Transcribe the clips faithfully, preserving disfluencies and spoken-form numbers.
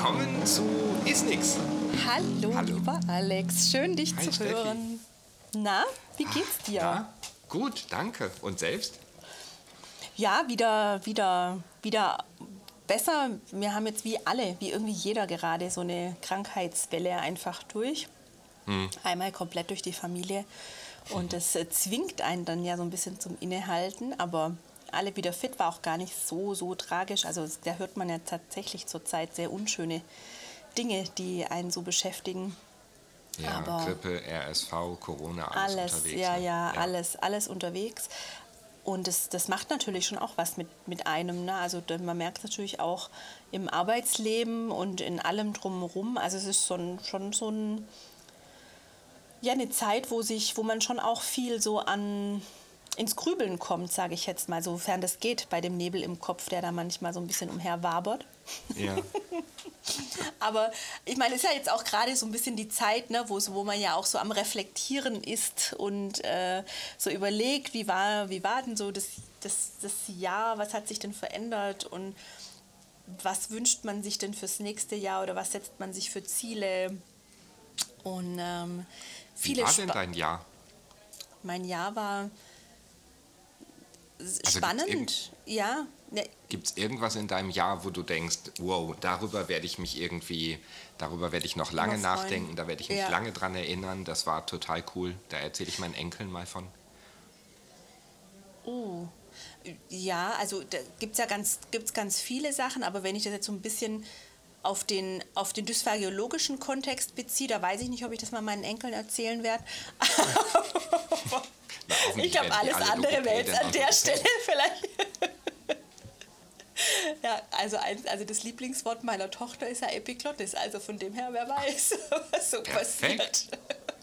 willkommen zu Isnix. Hallo, Hallo. lieber Alex, schön dich Hi, zu Steffi. hören. Na, wie geht's dir? Na, gut, danke. Und selbst? Ja, wieder, wieder, wieder besser. Wir haben jetzt wie alle, wie irgendwie jeder gerade so eine Krankheitswelle einfach durch. Einmal komplett durch die Familie. Und das äh, zwingt einen dann ja so ein bisschen zum Innehalten. Aber alle wieder fit war auch gar nicht so, so tragisch. Also es- da hört man ja tatsächlich zurzeit sehr unschöne Dinge, die einen so beschäftigen. Ja, Aber Grippe, R S V, Corona, alles, Alles, unterwegs. ja, ne? ja, alles, alles unterwegs. Und das, das macht natürlich schon auch was mit, mit einem. Ne? Also da- man merkt es natürlich auch im Arbeitsleben und in allem drumherum. Also es ist so ein, schon so ein, ja, eine Zeit, wo sich, wo man schon auch viel so an ins Grübeln kommt, sage ich jetzt mal, sofern das geht bei dem Nebel im Kopf, der da manchmal so ein bisschen umherwabert. Ja, Aber ich meine, es ist ja jetzt auch gerade so ein bisschen die Zeit, ne, wo, so- wo man ja auch so am Reflektieren ist und äh, so überlegt, wie war, wie war denn so das, das, das Jahr, was hat sich denn verändert und was wünscht man sich denn fürs nächste Jahr oder was setzt man sich für Ziele? Und ähm, wie viele war denn Spa- dein Jahr? Mein Jahr war gibt's spannend, irgend- ja. Ne, Gibt es irgendwas in deinem Jahr, wo du denkst, wow, darüber werde ich mich irgendwie, darüber werde ich noch lange Immer freuen. nachdenken, da werde ich mich Ja. lange dran erinnern, das war total cool, da erzähle ich meinen Enkeln mal von. Oh, ja, also da gibt es ja ganz, gibt's ganz viele Sachen, aber wenn ich das jetzt so ein bisschen auf den, auf den dysphagiologischen Kontext beziehe, da weiß ich nicht, ob ich das mal meinen Enkeln erzählen werde. Na, hoffentlich Ich glaube, werden die alles alle andere wäre jetzt Logopäden an und der Logopäden. Stelle vielleicht. Ja, also, ein, also das Lieblingswort meiner Tochter ist ja Epiglottis, also von dem her, wer weiß, was so Perfekt. passiert.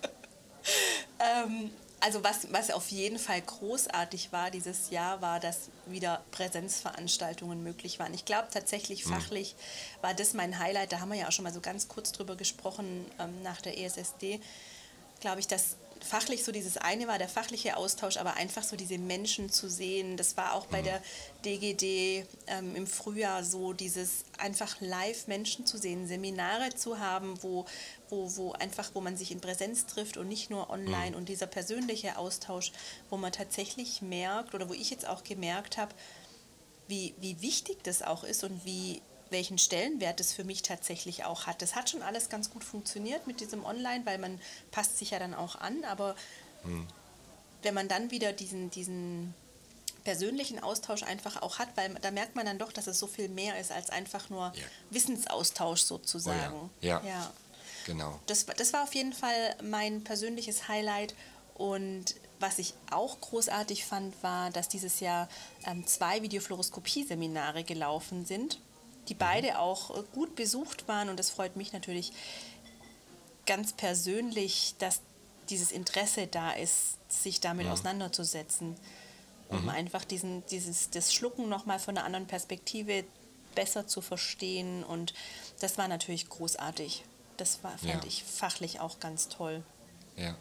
Ähm, also was, was auf jeden Fall großartig war dieses Jahr, war, dass wieder Präsenzveranstaltungen möglich waren. Ich glaube tatsächlich fachlich war das mein Highlight. Da haben wir ja auch schon mal so ganz kurz drüber gesprochen ähm, nach der E S S D. Glaube ich, dass fachlich so dieses eine war, der fachliche Austausch, aber einfach so diese Menschen zu sehen. Das war auch bei der D G D ähm, im Frühjahr so, dieses einfach live Menschen zu sehen, Seminare zu haben, wo, wo, wo einfach, wo man sich in Präsenz trifft und nicht nur online und dieser persönliche Austausch, wo man tatsächlich merkt oder wo ich jetzt auch gemerkt habe, wie, wie wichtig das auch ist und wie, welchen Stellenwert das für mich tatsächlich auch hat. Das hat schon alles ganz gut funktioniert mit diesem Online, weil man passt sich ja dann auch an, aber wenn man dann wieder diesen, diesen persönlichen Austausch einfach auch hat, weil da merkt man dann doch, dass es so viel mehr ist als einfach nur Ja. Wissensaustausch sozusagen. Oh ja. Ja. Ja. Genau. Das, war- das war auf jeden Fall mein persönliches Highlight. Und was ich auch großartig fand, war, dass dieses Jahr ähm, zwei Videofluoroskopie-Seminare gelaufen sind, die beide auch äh, gut besucht waren. Und das freut mich natürlich ganz persönlich, dass dieses Interesse da ist, sich damit auseinanderzusetzen, um einfach diesen, dieses, das Schlucken nochmal von einer anderen Perspektive besser zu verstehen. Und das war natürlich großartig. Das war, fand Ja. ich fachlich auch ganz toll. Ja.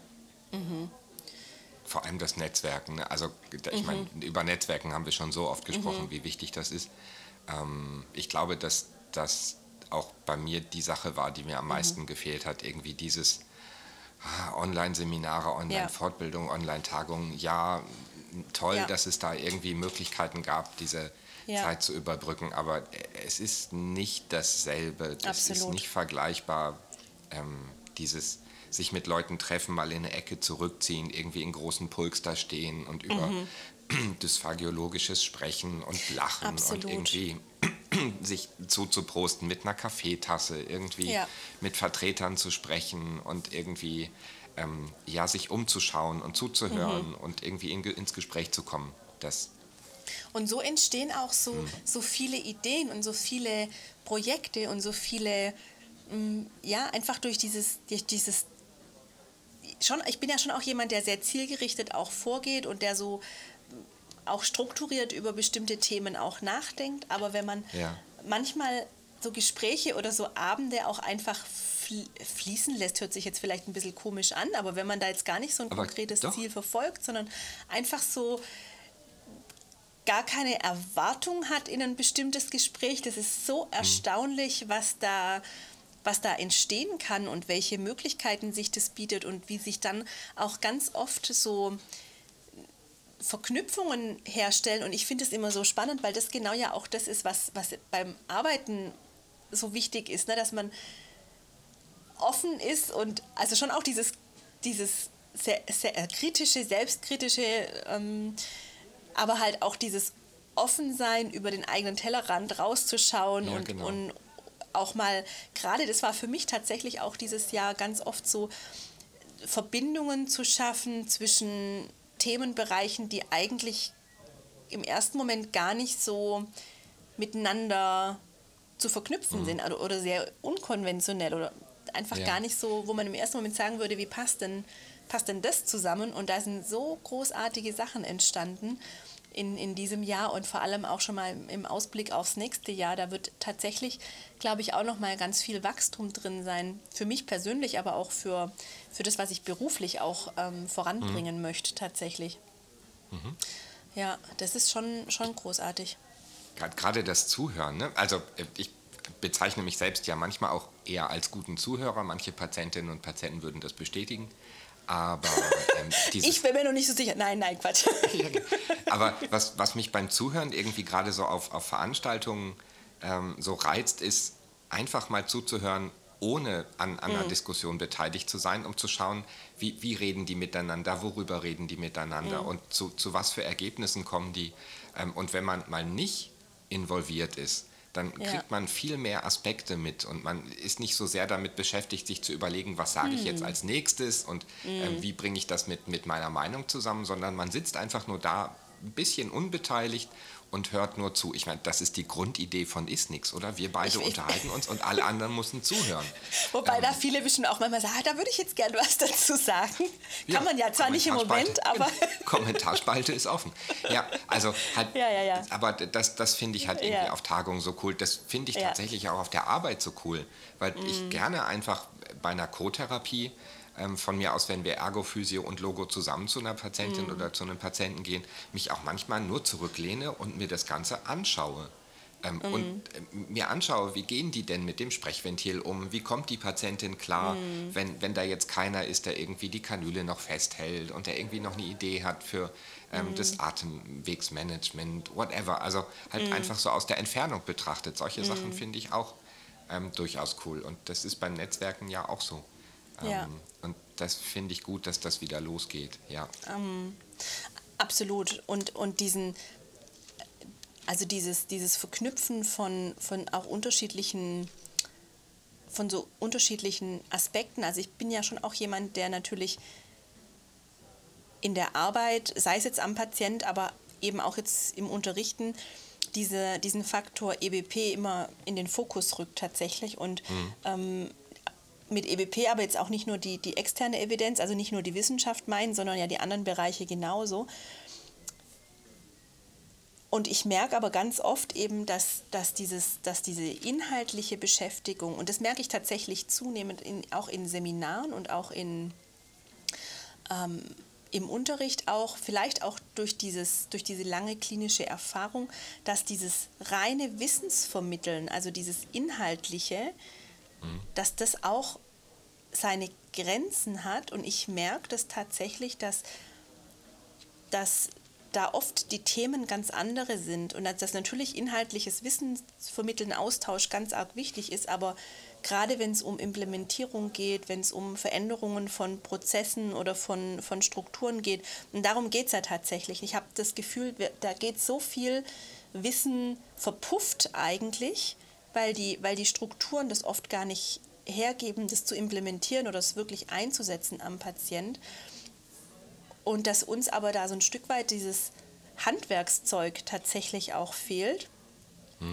Vor allem das Netzwerken. Ne? Also ich meine, über Netzwerken haben wir schon so oft gesprochen, wie wichtig das ist. Ähm, ich glaube, dass das auch bei mir die Sache war, die mir am meisten gefehlt hat. Irgendwie dieses ah, Online-Seminare, Online-Fortbildung, Online-Tagungen. Ja, toll, Ja. dass es da irgendwie Möglichkeiten gab, diese Ja. Zeit zu überbrücken. Aber es ist nicht dasselbe. Das ist Absolut. nicht vergleichbar. Ähm, dieses sich mit Leuten treffen, mal in eine Ecke zurückziehen, irgendwie in großen Pulks da stehen und über dysphagiologisches Sprechen und Lachen Absolut. und irgendwie sich zuzuprosten mit einer Kaffeetasse, irgendwie Ja. mit Vertretern zu sprechen und irgendwie ähm, ja, sich umzuschauen und zuzuhören und irgendwie in, ins Gespräch zu kommen. Das, Und so entstehen auch so, so viele Ideen und so viele Projekte und so viele, mm, ja, einfach durch dieses, durch dieses schon, ich bin ja schon auch jemand, der sehr zielgerichtet auch vorgeht und der so auch strukturiert über bestimmte Themen auch nachdenkt. Aber wenn man Ja. manchmal so Gespräche oder so Abende auch einfach fl- fließen lässt, hört sich jetzt vielleicht ein bisschen komisch an, aber wenn man da jetzt gar nicht so ein Aber konkretes doch. Ziel verfolgt, sondern einfach so gar keine Erwartung hat in ein bestimmtes Gespräch. Das ist so erstaunlich, was da, was da entstehen kann und welche Möglichkeiten sich das bietet und wie sich dann auch ganz oft so Verknüpfungen herstellen. Und ich finde es immer so spannend, weil das genau ja auch das ist, was, was beim Arbeiten so wichtig ist, ne? Dass man offen ist und also schon auch dieses, dieses sehr, sehr kritische, selbstkritische, ähm, aber halt auch dieses Offensein, über den eigenen Tellerrand rauszuschauen Ja, und, genau. und auch mal, gerade das war für mich tatsächlich auch dieses Jahr ganz oft so, Verbindungen zu schaffen zwischen Themenbereichen, die eigentlich im ersten Moment gar nicht so miteinander zu verknüpfen Mhm. sind oder, oder sehr unkonventionell oder einfach Ja. gar nicht so, wo man im ersten Moment sagen würde, wie passt denn, passt denn das zusammen? Und da sind so großartige Sachen entstanden in, in diesem Jahr und vor allem auch schon mal im Ausblick aufs nächste Jahr. Da wird tatsächlich, glaube ich, auch noch mal ganz viel Wachstum drin sein. Für mich persönlich, aber auch für, für das, was ich beruflich auch ähm, voranbringen mhm. möchte tatsächlich. Mhm. Ja, das ist schon, schon großartig. Gerade das Zuhören, ne? Also ich bezeichne mich selbst ja manchmal auch eher als guten Zuhörer. Manche Patientinnen und Patienten würden das bestätigen. Aber ähm, dieses ich bin mir noch nicht so sicher. Nein, nein, Quatsch. Aber was, was mich beim Zuhören irgendwie gerade so auf, auf Veranstaltungen ähm, so reizt, ist einfach mal zuzuhören, ohne an, an einer mm. Diskussion beteiligt zu sein, um zu schauen, wie, wie reden die miteinander, worüber reden die miteinander mm. und zu, zu was für Ergebnissen kommen die. Ähm, und wenn man mal nicht involviert ist, dann kriegt ja. man viel mehr Aspekte mit und man ist nicht so sehr damit beschäftigt, sich zu überlegen, was sage ich jetzt als nächstes und mm. ähm, wie bringe ich das mit, mit meiner Meinung zusammen, sondern man sitzt einfach nur da, ein bisschen unbeteiligt und hört nur zu. Ich meine, das ist die Grundidee von Isnix, oder? Wir beide ich, unterhalten uns und alle anderen müssen zuhören. Wobei ähm, da viele bestimmt auch manchmal sagen, da würde ich jetzt gerne was dazu sagen. Kann ja, man ja zwar nicht im Moment, aber... Kommentarspalte ist offen. Ja, also halt, ja, ja, ja. aber das, das finde ich halt irgendwie ja. auf Tagungen so cool. Das finde ich ja. tatsächlich auch auf der Arbeit so cool, weil mm. ich gerne einfach bei einer Co-Therapie von mir aus, wenn wir Ergo, Physio und Logo zusammen zu einer Patientin mm. oder zu einem Patienten gehen, mich auch manchmal nur zurücklehne und mir das Ganze anschaue. Ähm, mm. Und äh, mir anschaue, wie gehen die denn mit dem Sprechventil um? Wie kommt die Patientin klar, mm. wenn, wenn da jetzt keiner ist, der irgendwie die Kanüle noch festhält und der irgendwie noch eine Idee hat für ähm, mm. das Atemwegsmanagement, whatever. Also halt mm. einfach so aus der Entfernung betrachtet. Solche mm. Sachen finde ich auch ähm, durchaus cool. Und das ist beim Netzwerken ja auch so. Ja. Ähm, und das finde ich gut, dass das wieder losgeht, ja. Ähm, absolut. Und, und diesen, also dieses, dieses Verknüpfen von, von auch unterschiedlichen, von so unterschiedlichen Aspekten. Also ich bin ja schon auch jemand, der natürlich in der Arbeit, sei es jetzt am Patient, aber eben auch jetzt im Unterrichten, diese, diesen Faktor E B P immer in den Fokus rückt tatsächlich. Und mhm. ähm, mit E B P aber jetzt auch nicht nur die, die externe Evidenz, also nicht nur die Wissenschaft meinen, sondern ja die anderen Bereiche genauso. Und ich merke aber ganz oft eben, dass, dass, dieses, dass diese inhaltliche Beschäftigung, und das merke ich tatsächlich zunehmend in, auch in Seminaren und auch in, ähm, im Unterricht auch, vielleicht auch durch, dieses, durch diese lange klinische Erfahrung, dass dieses reine Wissensvermitteln, also dieses Inhaltliche, dass das auch seine Grenzen hat und ich merke das tatsächlich, dass, dass da oft die Themen ganz andere sind und dass natürlich inhaltliches Wissensvermitteln, Austausch ganz arg wichtig ist, aber gerade wenn es um Implementierung geht, wenn es um Veränderungen von Prozessen oder von, von Strukturen geht, und darum geht es ja tatsächlich. Ich habe das Gefühl, da geht so viel Wissen verpufft eigentlich, weil die, weil die Strukturen das oft gar nicht hergeben, das zu implementieren oder es wirklich einzusetzen am Patient. Und dass uns aber da so ein Stück weit dieses Handwerkszeug tatsächlich auch fehlt, mhm.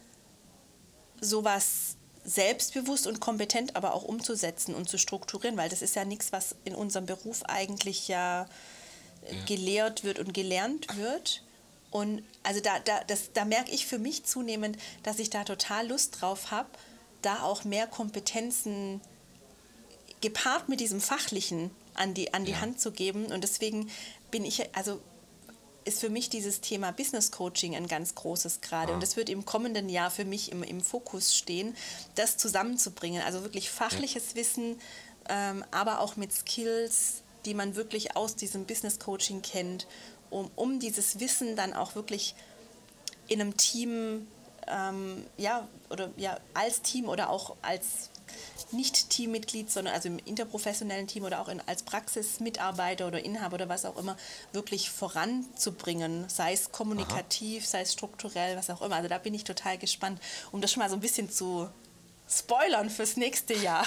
sowas selbstbewusst und kompetent aber auch umzusetzen und zu strukturieren, weil das ist ja nichts, was in unserem Beruf eigentlich ja, ja. gelehrt wird und gelernt wird. Und also da, da, das, da merke ich für mich zunehmend, dass ich da total Lust drauf habe, da auch mehr Kompetenzen gepaart mit diesem Fachlichen an die, an die ja. Hand zu geben. Und deswegen bin ich, also ist für mich dieses Thema Business Coaching ein ganz großes gerade. Ah. Und das wird im kommenden Jahr für mich im, im Fokus stehen, das zusammenzubringen. Also wirklich fachliches ja. Wissen, ähm, aber auch mit Skills, die man wirklich aus diesem Business Coaching kennt, um, um dieses Wissen dann auch wirklich in einem Team, ähm, ja, oder ja, als Team oder auch als nicht Teammitglied, sondern also im interprofessionellen Team oder auch in, als Praxismitarbeiter oder Inhaber oder was auch immer, wirklich voranzubringen, sei es kommunikativ, Aha. sei es strukturell, was auch immer. Also da bin ich total gespannt, um das schon mal so ein bisschen zu spoilern fürs nächste Jahr.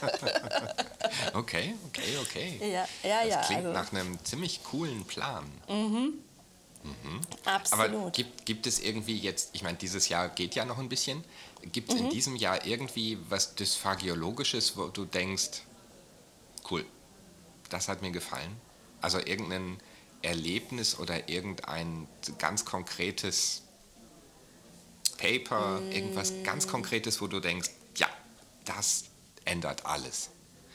okay, okay, okay. Ja, ja, das ja. klingt also. nach einem ziemlich coolen Plan. Mhm. Mhm. Absolut. Aber gibt, gibt es irgendwie jetzt, ich meine, dieses Jahr geht ja noch ein bisschen, gibt es Mhm. in diesem Jahr irgendwie was Dysphagiologisches, wo du denkst, cool, das hat mir gefallen? Also irgendein Erlebnis oder irgendein ganz konkretes Paper, mm. irgendwas ganz Konkretes, wo du denkst, ja, das ändert alles?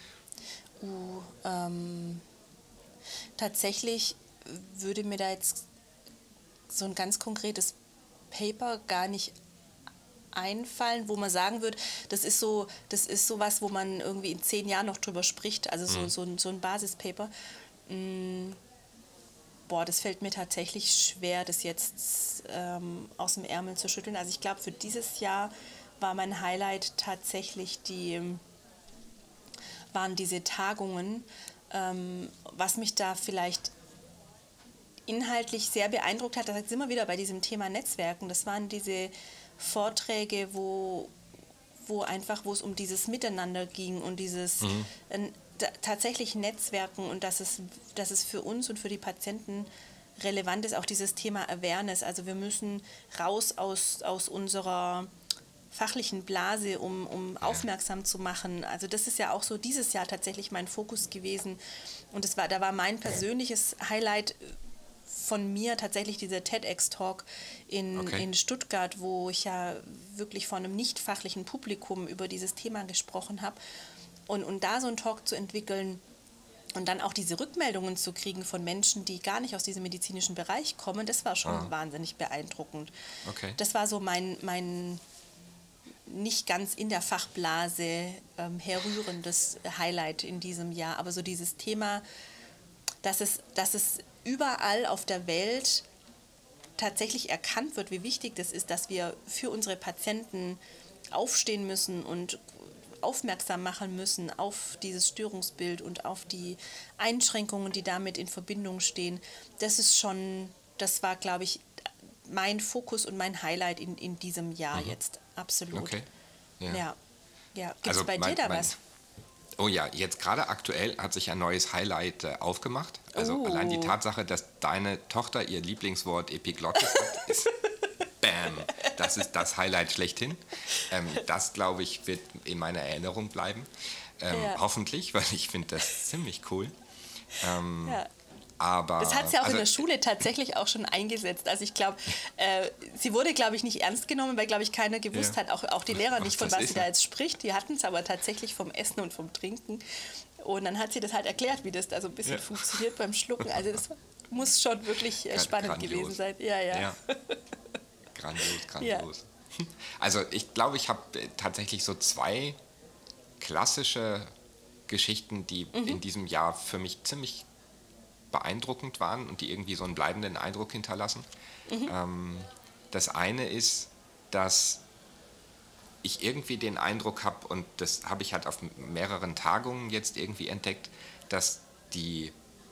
Uh, ähm, tatsächlich würde mir da jetzt so ein ganz konkretes Paper gar nicht einfallen, wo man sagen würde, das ist so, das ist sowas, wo man irgendwie in zehn Jahren noch drüber spricht, also so, mhm. so, ein, so ein Basispaper. Mm, boah, das fällt mir tatsächlich schwer, das jetzt ähm, aus dem Ärmel zu schütteln. Also ich glaube, für dieses Jahr war mein Highlight tatsächlich die, waren diese Tagungen, ähm, was mich da vielleicht inhaltlich sehr beeindruckt hat. Da sind wir wieder bei diesem Thema Netzwerken. Das waren diese Vorträge, wo, wo einfach, wo es um dieses Miteinander ging und dieses mhm. äh, da, tatsächlich Netzwerken und dass es, dass es für uns und für die Patienten relevant ist, auch dieses Thema Awareness. Also wir müssen raus aus, aus unserer fachlichen Blase, um, um ja. aufmerksam zu machen. Also das ist ja auch so dieses Jahr tatsächlich mein Fokus gewesen. Und das war, da war mein persönliches Highlight von mir tatsächlich dieser TEDx-Talk in, okay. in Stuttgart, wo ich ja wirklich vor einem nicht fachlichen Publikum über dieses Thema gesprochen habe. Und, und da so einen Talk zu entwickeln und dann auch diese Rückmeldungen zu kriegen von Menschen, die gar nicht aus diesem medizinischen Bereich kommen, das war schon ah. wahnsinnig beeindruckend. Okay. Das war so mein, mein nicht ganz in der Fachblase ähm, herrührendes Highlight in diesem Jahr. Aber so dieses Thema, dass es, dass es überall auf der Welt tatsächlich erkannt wird, wie wichtig das ist, dass wir für unsere Patienten aufstehen müssen und aufmerksam machen müssen auf dieses Störungsbild und auf die Einschränkungen, die damit in Verbindung stehen. Das ist schon, das war, glaube ich, mein Fokus und mein Highlight in, in diesem Jahr mhm. jetzt. Absolut. Okay. Ja. ja. ja. Gibt es also bei mein, dir da mein, was? Oh ja, jetzt gerade aktuell hat sich ein neues Highlight äh, aufgemacht. Also oh. allein die Tatsache, dass deine Tochter ihr Lieblingswort Epiglottis hat, ist bam, das ist das Highlight schlechthin. Ähm, das, glaube ich, wird in meiner Erinnerung bleiben. Ähm, ja. Hoffentlich, weil ich finde das ziemlich cool. Ähm, ja. Aber, das hat sie auch also, in der Schule tatsächlich auch schon eingesetzt. Also ich glaube, äh, sie wurde, glaube ich, nicht ernst genommen, weil, glaube ich, keiner gewusst ja. hat, auch, auch die Lehrer nicht, von was, was sie da jetzt spricht. Die hatten es aber tatsächlich vom Essen und vom Trinken. Und dann hat sie das halt erklärt, wie das da so ein bisschen ja. funktioniert beim Schlucken. Also das muss schon wirklich äh, spannend grandios. gewesen sein. Ja, ja. ja. Grandios, grandios. Ja. Also ich glaube, ich habe tatsächlich so zwei klassische Geschichten, die mhm. in diesem Jahr für mich ziemlich beeindruckend waren und die irgendwie so einen bleibenden Eindruck hinterlassen. Mhm. Ähm, das eine ist, dass ich irgendwie den Eindruck habe, und das habe ich halt auf mehreren Tagungen jetzt irgendwie entdeckt, dass die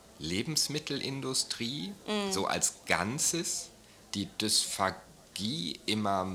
Lebensmittelindustrie mhm. so als Ganzes die Dysphagie immer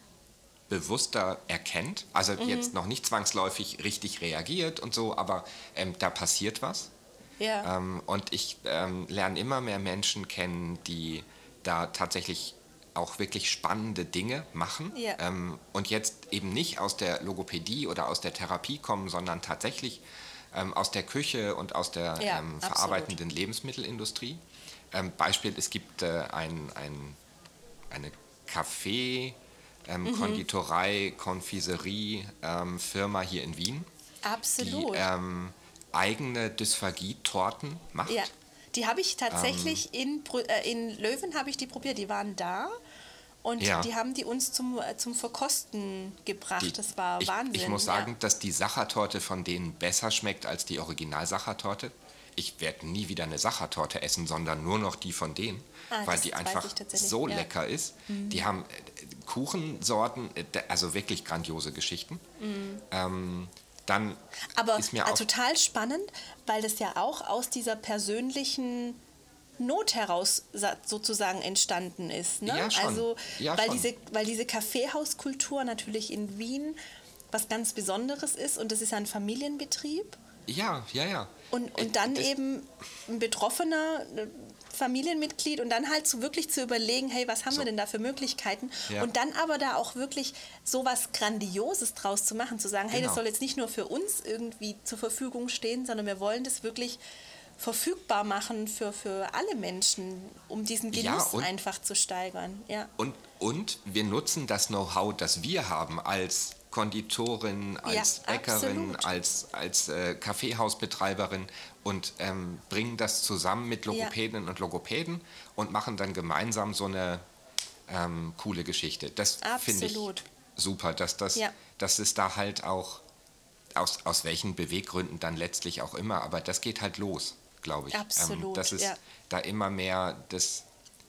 bewusster erkennt. Also mhm. jetzt noch nicht zwangsläufig richtig reagiert und so, aber ähm, da passiert was. Ja. Ähm, und ich ähm, lerne immer mehr Menschen kennen, die da tatsächlich auch wirklich spannende Dinge machen ja. ähm, und jetzt eben nicht aus der Logopädie oder aus der Therapie kommen, sondern tatsächlich ähm, aus der Küche und aus der ja, ähm, verarbeitenden Lebensmittelindustrie. Ähm, Beispiel, es gibt äh, ein, ein, eine Kaffee, ähm, mhm. Konditorei, Konfiserie, ähm, Firma hier in Wien. Absolut. Die, ähm, eigene Dysphagie-Torten macht. Ja, Die habe ich tatsächlich ähm, in, Brü- äh, in Löwen habe ich die probiert. Die waren da und ja. die haben die uns zum, äh, zum Verkosten gebracht. Die, das war ich, Wahnsinn. ich muss sagen, ja. dass die Sachertorte von denen besser schmeckt als die Original-Sachertorte. Ich werde nie wieder eine Sachertorte essen, sondern nur noch die von denen, Ah, weil das die weiß einfach ich tatsächlich, so ja. lecker ist. Die haben äh, Kuchensorten, äh, d- also wirklich grandiose Geschichten. Ähm, dann Aber ist mir äh, auch total spannend, weil das ja auch aus dieser persönlichen Not heraus sa- sozusagen entstanden ist. Ne? Ja, schon. Also, Ja, weil, schon. diese, weil diese Kaffeehauskultur natürlich in Wien was ganz Besonderes ist und das ist ein Familienbetrieb. ja, ja, ja. Und, Äh, und dann das, eben ein betroffener äh, Familienmitglied und dann halt so wirklich zu überlegen, hey, was haben So. wir denn da für Möglichkeiten? Ja. Und dann aber da auch wirklich so was Grandioses draus zu machen, zu sagen, hey, das Genau. soll jetzt nicht nur für uns irgendwie zur Verfügung stehen, sondern wir wollen das wirklich verfügbar machen für, für alle Menschen, um diesen Ja, Genuss und- einfach zu steigern. Ja. Und, und wir nutzen das Know-how, das wir haben als Konditorin, als Ja, Bäckerin, absolut. als, als äh, Kaffeehausbetreiberin und ähm, bringen das zusammen mit Logopädinnen und Logopäden und machen dann gemeinsam so eine ähm, coole Geschichte. Das finde ich Absolut. super, dass, das, Ja. dass es da halt auch, aus, aus welchen Beweggründen dann letztlich auch immer, aber das geht halt los, glaube ich. Absolut, Ähm, dass es ja. da immer mehr das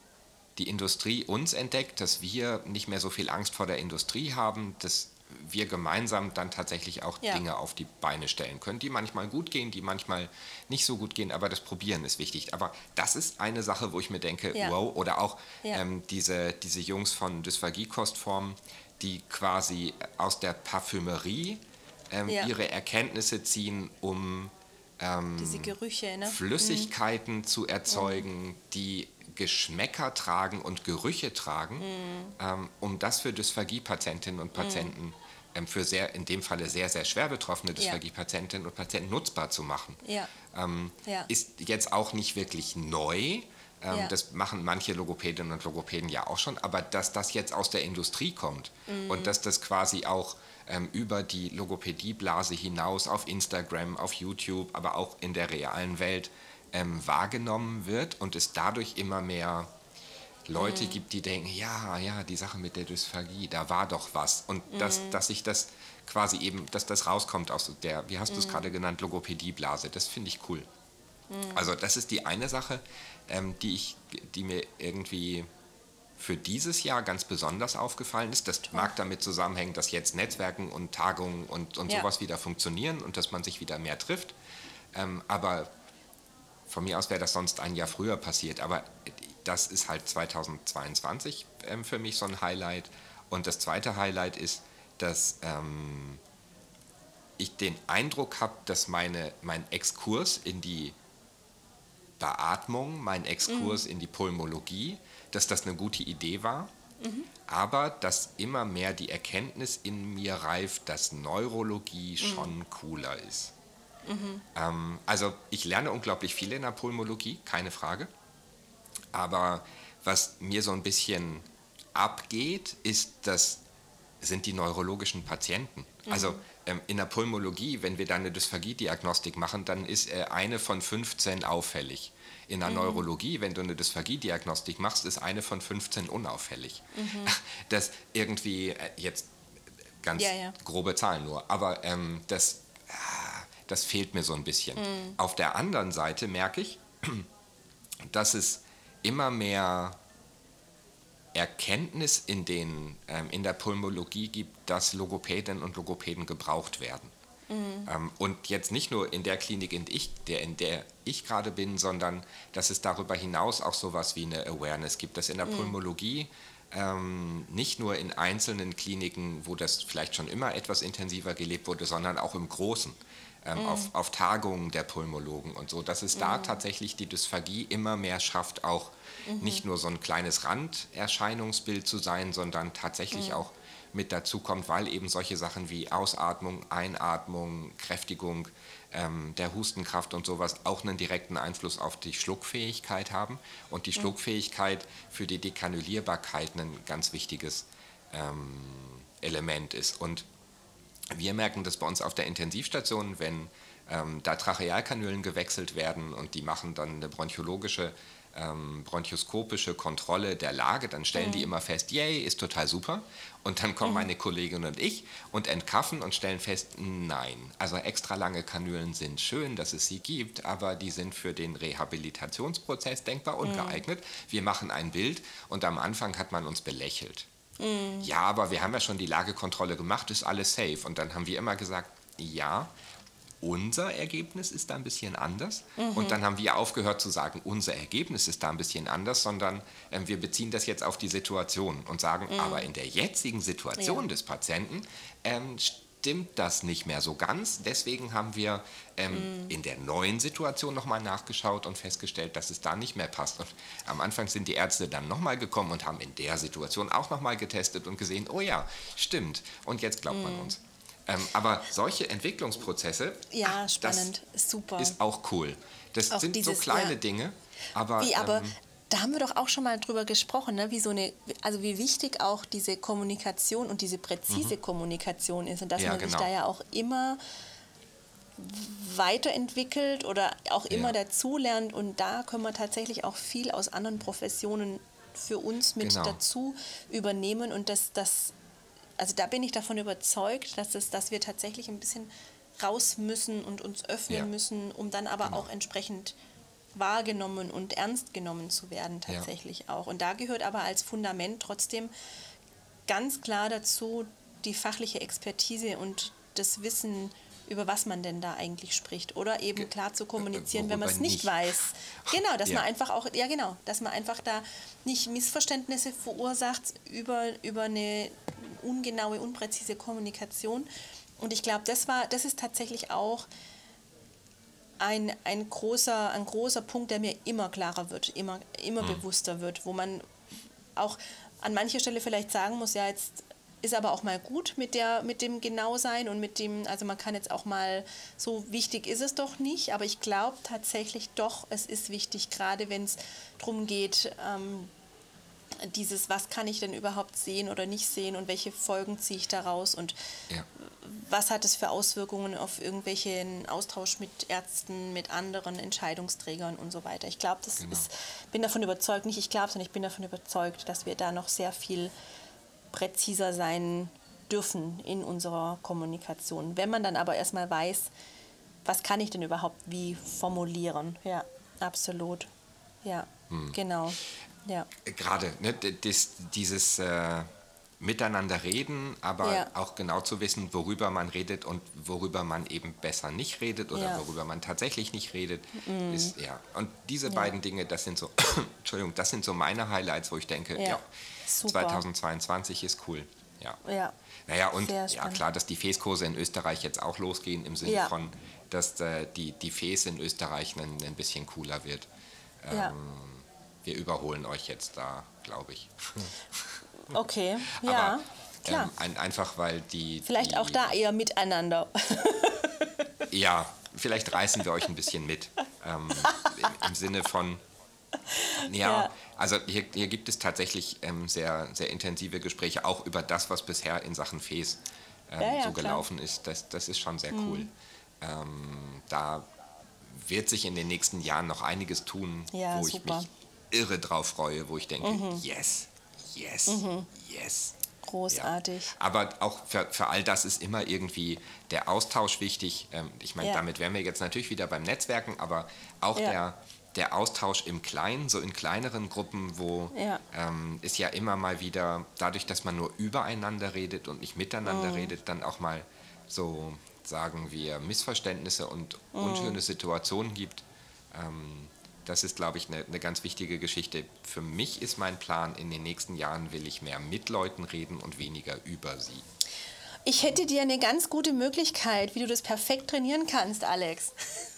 die Industrie uns entdeckt, dass wir nicht mehr so viel Angst vor der Industrie haben, dass wir gemeinsam dann tatsächlich auch Ja. Dinge auf die Beine stellen können, die manchmal gut gehen, die manchmal nicht so gut gehen, aber das Probieren ist wichtig. Aber das ist eine Sache, wo ich mir denke, Ja. wow, oder auch Ja. ähm, diese, diese Jungs von Dysphagie-Kostform, die quasi aus der Parfümerie ähm, Ja. ihre Erkenntnisse ziehen, um ähm, Diese Gerüche, ne? Flüssigkeiten zu erzeugen, die Geschmäcker tragen und Gerüche tragen, ähm, um das für Dysphagie-Patientinnen und Patienten, ähm, für sehr, in dem Falle sehr, sehr schwer betroffene Dysphagie-Patientinnen und Patienten nutzbar zu machen. Ja. Ähm, Ja. Ist jetzt auch nicht wirklich neu. Ähm, Ja. Das machen manche Logopädinnen und Logopäden ja auch schon, aber dass das jetzt aus der Industrie kommt und dass das quasi auch ähm, über die Logopädieblase hinaus auf Instagram, auf YouTube, aber auch in der realen Welt ähm, wahrgenommen wird und es dadurch immer mehr Leute gibt, die denken, ja, ja, die Sache mit der Dysphagie, da war doch was. Und dass, dass sich das quasi eben, dass das rauskommt aus der, wie hast du es gerade genannt, Logopädieblase, das finde ich cool. Also das ist die eine Sache, ähm, die, ich, die mir irgendwie für dieses Jahr ganz besonders aufgefallen ist. Das mag damit zusammenhängen, dass jetzt Netzwerken und Tagungen und, und Ja. sowas wieder funktionieren und dass man sich wieder mehr trifft. Ähm, aber von mir aus wäre das sonst ein Jahr früher passiert. Aber das ist halt zweitausendzweiundzwanzig ähm, für mich so ein Highlight. Und das zweite Highlight ist, dass ähm, ich den Eindruck habe, dass meine, mein Exkurs in die Beatmung, mein Exkurs in die Pulmologie, dass das eine gute Idee war, aber dass immer mehr die Erkenntnis in mir reift, dass Neurologie schon cooler ist. Ähm, also ich lerne unglaublich viel in der Pulmologie, keine Frage, aber was mir so ein bisschen abgeht, ist, dass sind die neurologischen Patienten. Also ähm, in der Pulmologie, wenn wir da eine Dysphagie-Diagnostik machen, dann ist äh, eine von fünfzehn auffällig. In der Neurologie, wenn du eine Dysphagie-Diagnostik machst, ist eine von fünfzehn unauffällig. Das irgendwie, äh, jetzt ganz Ja, ja. grobe Zahlen nur, aber ähm, das, ah, das fehlt mir so ein bisschen. Auf der anderen Seite merke ich, dass es immer mehr Erkenntnis in, den, ähm, in der Pulmologie gibt, dass Logopädinnen und Logopäden gebraucht werden. Ähm, und jetzt nicht nur in der Klinik, in, ich, der, in der ich gerade bin, sondern dass es darüber hinaus auch sowas wie eine Awareness gibt, dass in der Pulmologie ähm, nicht nur in einzelnen Kliniken, wo das vielleicht schon immer etwas intensiver gelebt wurde, sondern auch im Großen. Ähm, auf, auf Tagungen der Pulmologen und so, dass es da tatsächlich die Dysphagie immer mehr schafft, auch nicht nur so ein kleines Randerscheinungsbild zu sein, sondern tatsächlich auch mit dazu kommt, weil eben solche Sachen wie Ausatmung, Einatmung, Kräftigung ähm, der Hustenkraft und sowas auch einen direkten Einfluss auf die Schluckfähigkeit haben und die Schluckfähigkeit für die Dekanulierbarkeit ein ganz wichtiges ähm, Element ist. Und wir merken das bei uns auf der Intensivstation, wenn ähm, da Trachealkanülen gewechselt werden und die machen dann eine bronchologische, ähm, bronchoskopische Kontrolle der Lage, dann stellen mhm. die immer fest, yay, ist total super. Und dann kommen mhm. meine Kollegin und ich und entkaffen und stellen fest, nein, also extra lange Kanülen sind schön, dass es sie gibt, aber die sind für den Rehabilitationsprozess denkbar ungeeignet. Mhm. Wir machen ein Bild und am Anfang hat man uns belächelt. Mhm. Ja, aber wir haben ja schon die Lagekontrolle gemacht, ist alles safe. Und dann haben wir immer gesagt, ja, unser Ergebnis ist da ein bisschen anders. Mhm. Und dann haben wir aufgehört zu sagen, unser Ergebnis ist da ein bisschen anders, sondern äh, wir beziehen das jetzt auf die Situation und sagen, mhm. aber in der jetzigen Situation ja. des Patienten ähm, stimmt das nicht mehr so ganz. Deswegen haben wir ähm, mhm. in der neuen Situation nochmal nachgeschaut und festgestellt, dass es da nicht mehr passt. Und am Anfang sind die Ärzte dann nochmal gekommen und haben in der Situation auch nochmal getestet und gesehen, oh ja, stimmt. Und jetzt glaubt mhm. man uns. Ähm, aber solche Entwicklungsprozesse, ja, ach, spannend, das super. ist auch cool. Das auch sind dieses, so kleine ja. Dinge, aber... Wie, aber ähm, da haben wir doch auch schon mal drüber gesprochen, ne? wie, so eine, also wie wichtig auch diese Kommunikation und diese präzise mhm. Kommunikation ist und dass ja, man genau. sich da ja auch immer weiterentwickelt oder auch immer ja. dazulernt und da können wir tatsächlich auch viel aus anderen Professionen für uns mit genau. dazu übernehmen und das, das also da bin ich davon überzeugt, dass, es, dass wir tatsächlich ein bisschen raus müssen und uns öffnen ja. müssen, um dann aber genau. auch entsprechend wahrgenommen und ernst genommen zu werden tatsächlich ja. auch. Und da gehört aber als Fundament trotzdem ganz klar dazu die fachliche Expertise und das Wissen, über was man denn da eigentlich spricht. Oder eben Ge- klar zu kommunizieren, äh, wenn man es nicht, nicht weiß. Genau, dass ja. man einfach auch, ja genau, dass man einfach da nicht Missverständnisse verursacht über, über eine ungenaue, unpräzise Kommunikation. Und ich glaube, das war, das ist tatsächlich auch ein, ein, großer, ein großer Punkt, der mir immer klarer wird, immer, immer mhm. bewusster wird, wo man auch an mancher Stelle vielleicht sagen muss, ja, jetzt ist aber auch mal gut mit, der, mit dem Genausein und mit dem, also man kann jetzt auch mal, so wichtig ist es doch nicht, aber ich glaube tatsächlich doch, es ist wichtig, gerade wenn es darum geht, ähm, dieses, was kann ich denn überhaupt sehen oder nicht sehen und welche Folgen ziehe ich daraus und ja. was hat es für Auswirkungen auf irgendwelchen Austausch mit Ärzten, mit anderen Entscheidungsträgern und so weiter. Ich glaube, das genau. ist, bin davon überzeugt, nicht ich glaube, sondern ich bin davon überzeugt, dass wir da noch sehr viel präziser sein dürfen in unserer Kommunikation. Wenn man dann aber erstmal weiß, was kann ich denn überhaupt wie formulieren? Ja, absolut. Ja, hm. genau. Ja. Gerade ne, das, dieses äh, Miteinander reden, aber ja. auch genau zu wissen, worüber man redet und worüber man eben besser nicht redet oder ja. worüber man tatsächlich nicht redet. Mm. Ist, ja. Und diese ja. beiden Dinge, das sind so, Entschuldigung, das sind so meine Highlights, wo ich denke, ja, ja zweitausendzweiundzwanzig ist cool. Ja. ja. Naja, und ja klar, dass die Fäßkurse in Österreich jetzt auch losgehen, im Sinne ja. von, dass äh, die, die Fäß in Österreich ein, ein bisschen cooler wird. Ähm, ja. Wir überholen euch jetzt da, glaube ich. Okay, ja, aber, klar. Ähm, ein, einfach weil die... Vielleicht die, auch da eher miteinander. Ja, vielleicht reißen wir euch ein bisschen mit. Ähm, im, Im Sinne von... Ja, ja. also hier, hier gibt es tatsächlich ähm, sehr, sehr intensive Gespräche, auch über das, was bisher in Sachen Fäß ähm, ja, ja, so gelaufen klar. ist. Das, das ist schon sehr cool. Mhm. Ähm, da wird sich in den nächsten Jahren noch einiges tun, ja, wo super. ich mich irre drauf freue, wo ich denke, mhm. yes, yes, mhm. yes. Großartig. Ja. Aber auch für, für all das ist immer irgendwie der Austausch wichtig. Ähm, ich meine, ja. damit wären wir jetzt natürlich wieder beim Netzwerken, aber auch ja. der, der Austausch im Kleinen, so in kleineren Gruppen, wo ja. ähm, es ja immer mal wieder, dadurch, dass man nur übereinander redet und nicht miteinander mhm. redet, dann auch mal so, sagen wir, Missverständnisse und mhm. unschöne Situationen gibt. Ähm, Das ist, glaube ich, eine, eine ganz wichtige Geschichte. Für mich ist mein Plan, in den nächsten Jahren will ich mehr mit Leuten reden und weniger über sie. Ich hätte dir eine ganz gute Möglichkeit, wie du das perfekt trainieren kannst, Alex.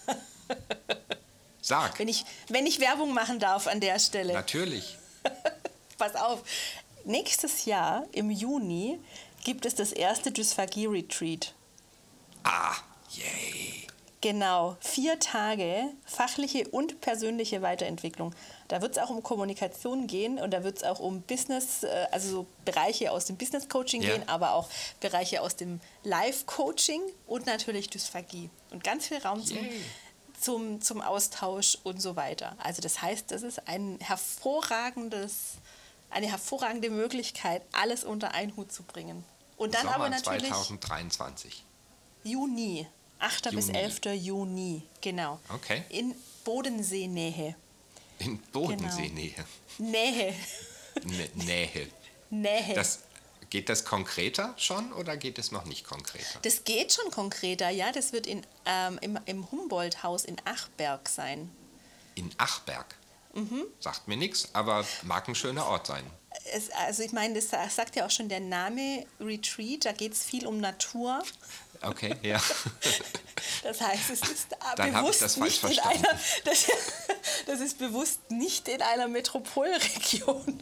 Sag. Wenn ich, wenn ich Werbung machen darf an der Stelle. Natürlich. Pass auf. Nächstes Jahr, im Juni, gibt es das erste Dysphagie-Retreat. Ah, yay. Genau, vier Tage fachliche und persönliche Weiterentwicklung. Da wird es auch um Kommunikation gehen und da wird es auch um Business, äh, also so Bereiche aus dem Business Coaching Ja. gehen, aber auch Bereiche aus dem Life Coaching und natürlich Dysphagie. Und ganz viel Raum zum, Yay. zum, zum Austausch und so weiter. Also das heißt, das ist ein hervorragendes, eine hervorragende Möglichkeit, alles unter einen Hut zu bringen. Und dann Sommer aber natürlich zwanzig dreiundzwanzig. Juni, achter bis Juni. elfter Juni, genau. Okay. In Bodenseenähe. In Bodenseenähe. Nähe. N- Nähe. Nähe. Das, geht das konkreter schon oder geht es noch nicht konkreter? Das geht schon konkreter, ja. Das wird in, ähm, im, im Humboldt-Haus in Achberg sein. In Achberg. Mhm. Sagt mir nichts, aber mag ein schöner Ort sein. Es, also ich meine, das sagt ja auch schon der Name Retreat, da geht es viel um Natur. Okay, ja. Das heißt, es ist Dann habe ich bewusst das falsch nicht in verstanden. einer, das, das ist bewusst nicht in einer Metropolregion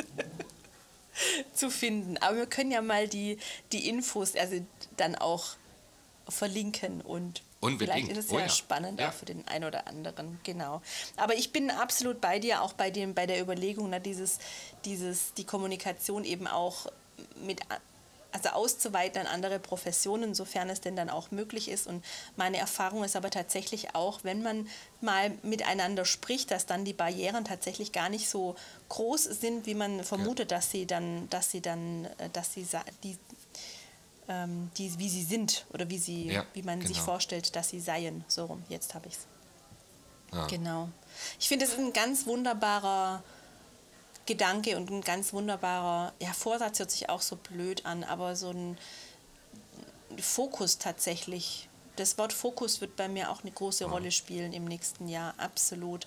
zu finden. Aber wir können ja mal die, die Infos also dann auch verlinken und Unbedingt. vielleicht ist es Oh ja, ja. spannend Ja. auch für den einen oder anderen, genau. Aber ich bin absolut bei dir, auch bei dem, bei der Überlegung, na, dieses, dieses, die Kommunikation eben auch mit, also auszuweiten an andere Professionen, sofern es denn dann auch möglich ist. Und meine Erfahrung ist aber tatsächlich auch, wenn man mal miteinander spricht, dass dann die Barrieren tatsächlich gar nicht so groß sind, wie man vermutet, dass sie dann, dass sie dann, äh, dass sie sa- die ähm, die, wie sie sind oder wie, sie, Ja, wie man sich genau. vorstellt, dass sie seien. So rum, jetzt habe ich es. Ah. Genau. Ich finde, es ist ein ganz wunderbarer Gedanke und ein ganz wunderbarer, ja, Vorsatz hört sich auch so blöd an, aber so ein Fokus tatsächlich. Das Wort Fokus wird bei mir auch eine große Ja. Rolle spielen im nächsten Jahr, absolut.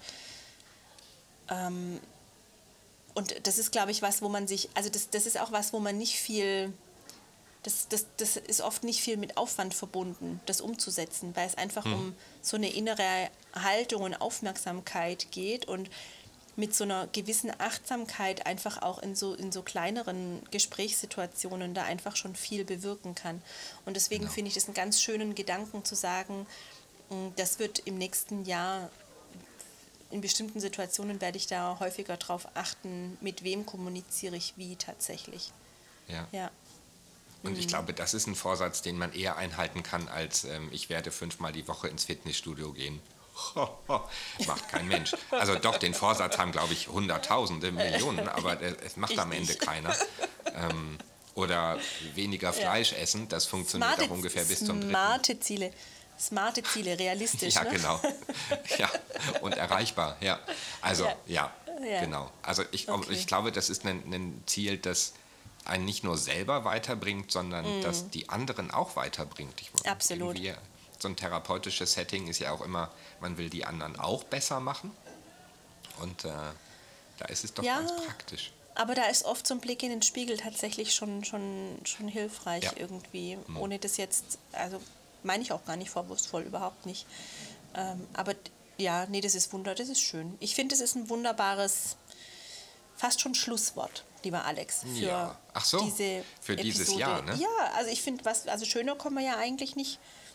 Ähm, und das ist, glaube ich, was, wo man sich, also das, das ist auch was, wo man nicht viel... Das, das, das ist oft nicht viel mit Aufwand verbunden, das umzusetzen, weil es einfach Hm. um so eine innere Haltung und Aufmerksamkeit geht und mit so einer gewissen Achtsamkeit einfach auch in so, in so kleineren Gesprächssituationen da einfach schon viel bewirken kann. Und deswegen Genau. finde ich das einen ganz schönen Gedanken zu sagen, mh, das wird im nächsten Jahr, in bestimmten Situationen werde ich da häufiger drauf achten, mit wem kommuniziere ich wie tatsächlich. Ja. Ja. Und ich glaube, das ist ein Vorsatz, den man eher einhalten kann, als ähm, ich werde fünfmal die Woche ins Fitnessstudio gehen. Macht kein Mensch. Also doch, den Vorsatz haben, glaube ich, Hunderttausende, Millionen, aber äh, es macht Ich am Ende nicht. keiner. Ähm, oder weniger Fleisch essen, das funktioniert auch ungefähr bis zum dritten. Smarte Ziele. Smarte Ziele, realistisch. Ja, ne? genau. Ja, und erreichbar, ja. Also, Ja. ja, Ja. genau. Also ich, Okay. ich glaube, das ist ein, ein Ziel, das einen nicht nur selber weiterbringt, sondern das die anderen auch weiterbringt. Ich, Mm. Absolut. irgendwie, so ein therapeutisches Setting ist ja auch immer, man will die anderen auch besser machen. Und äh, da ist es doch Ja. ganz praktisch. Aber da ist oft so ein Blick in den Spiegel tatsächlich schon, schon, schon hilfreich Ja. irgendwie. Mhm. Ohne das jetzt, also meine ich auch gar nicht vorwurfsvoll, überhaupt nicht. Ähm, aber d- ja, nee, das ist wunder, das ist schön. Ich finde, das ist ein wunderbares, fast schon Schlusswort, lieber Alex, für Ja. Ach so, diese für dieses Episode. Jahr, ne? Ja, also ich finde, was, also schöner können wir ja eigentlich nicht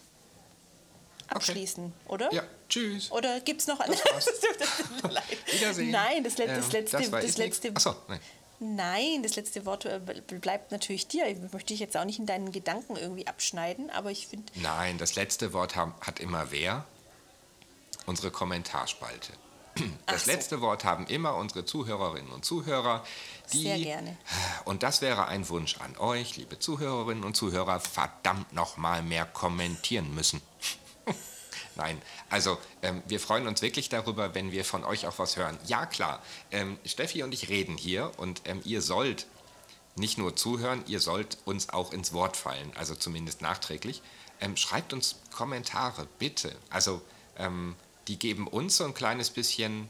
abschließen, oder? Ja, tschüss. Oder gibt es noch ein... Das war's. Das tut mir leid. Wiedersehen. Nein, das, Let das Ähm, letzte... das war das ich nicht. letzte Ach so, nein. Nein, das letzte Wort äh, bleibt natürlich dir. Ich möchte dich jetzt auch nicht in deinen Gedanken irgendwie abschneiden, aber ich finde... Nein, das letzte Wort haben, hat immer wer? Unsere Kommentarspalte. Das Ach so. letzte Wort haben immer unsere Zuhörerinnen und Zuhörer. Die, Sehr gerne. Und das wäre ein Wunsch an euch, liebe Zuhörerinnen und Zuhörer, verdammt noch mal mehr kommentieren müssen. Nein, also ähm, wir freuen uns wirklich darüber, wenn wir von euch auch was hören. Ja klar, ähm, Steffi und ich reden hier und ähm, ihr sollt nicht nur zuhören, ihr sollt uns auch ins Wort fallen, also zumindest nachträglich. Ähm, schreibt uns Kommentare, bitte. Also ähm, die geben uns so ein kleines bisschen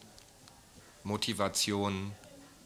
Motivation,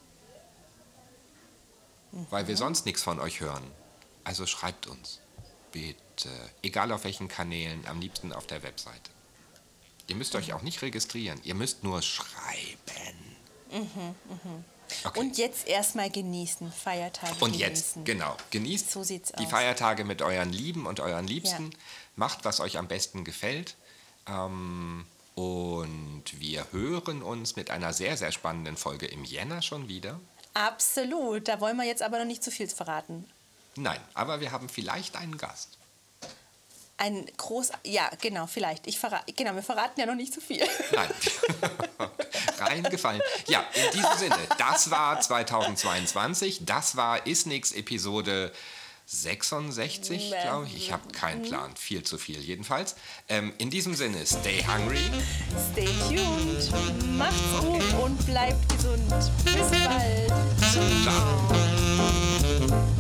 weil wir sonst nichts von euch hören. Also schreibt uns, bitte. Egal auf welchen Kanälen, am liebsten auf der Webseite. Ihr müsst euch auch nicht registrieren, ihr müsst nur schreiben. Okay. Und jetzt erstmal genießen, Feiertage Und genießen. jetzt, genau, genießt So sieht's die aus. Feiertage mit euren Lieben und euren Liebsten. Macht, was euch am besten gefällt. Ähm, und wir hören uns mit einer sehr, sehr spannenden Folge im Jänner schon wieder. Absolut, da wollen wir jetzt aber noch nicht zu viel verraten. Nein, aber wir haben vielleicht einen Gast. Ein groß, ja, genau, vielleicht. Ich verrate, genau, wir verraten ja noch nicht zu viel. Nein, reingefallen. Ja, in diesem Sinne, das war zweitausendzweiundzwanzig, das war Isnix Episode sechsundsechzig, glaube ich. Ich habe keinen Plan, viel zu viel jedenfalls. Ähm, in diesem Sinne, stay hungry. Stay tuned, macht's gut und bleibt gesund. Bis bald. Ciao.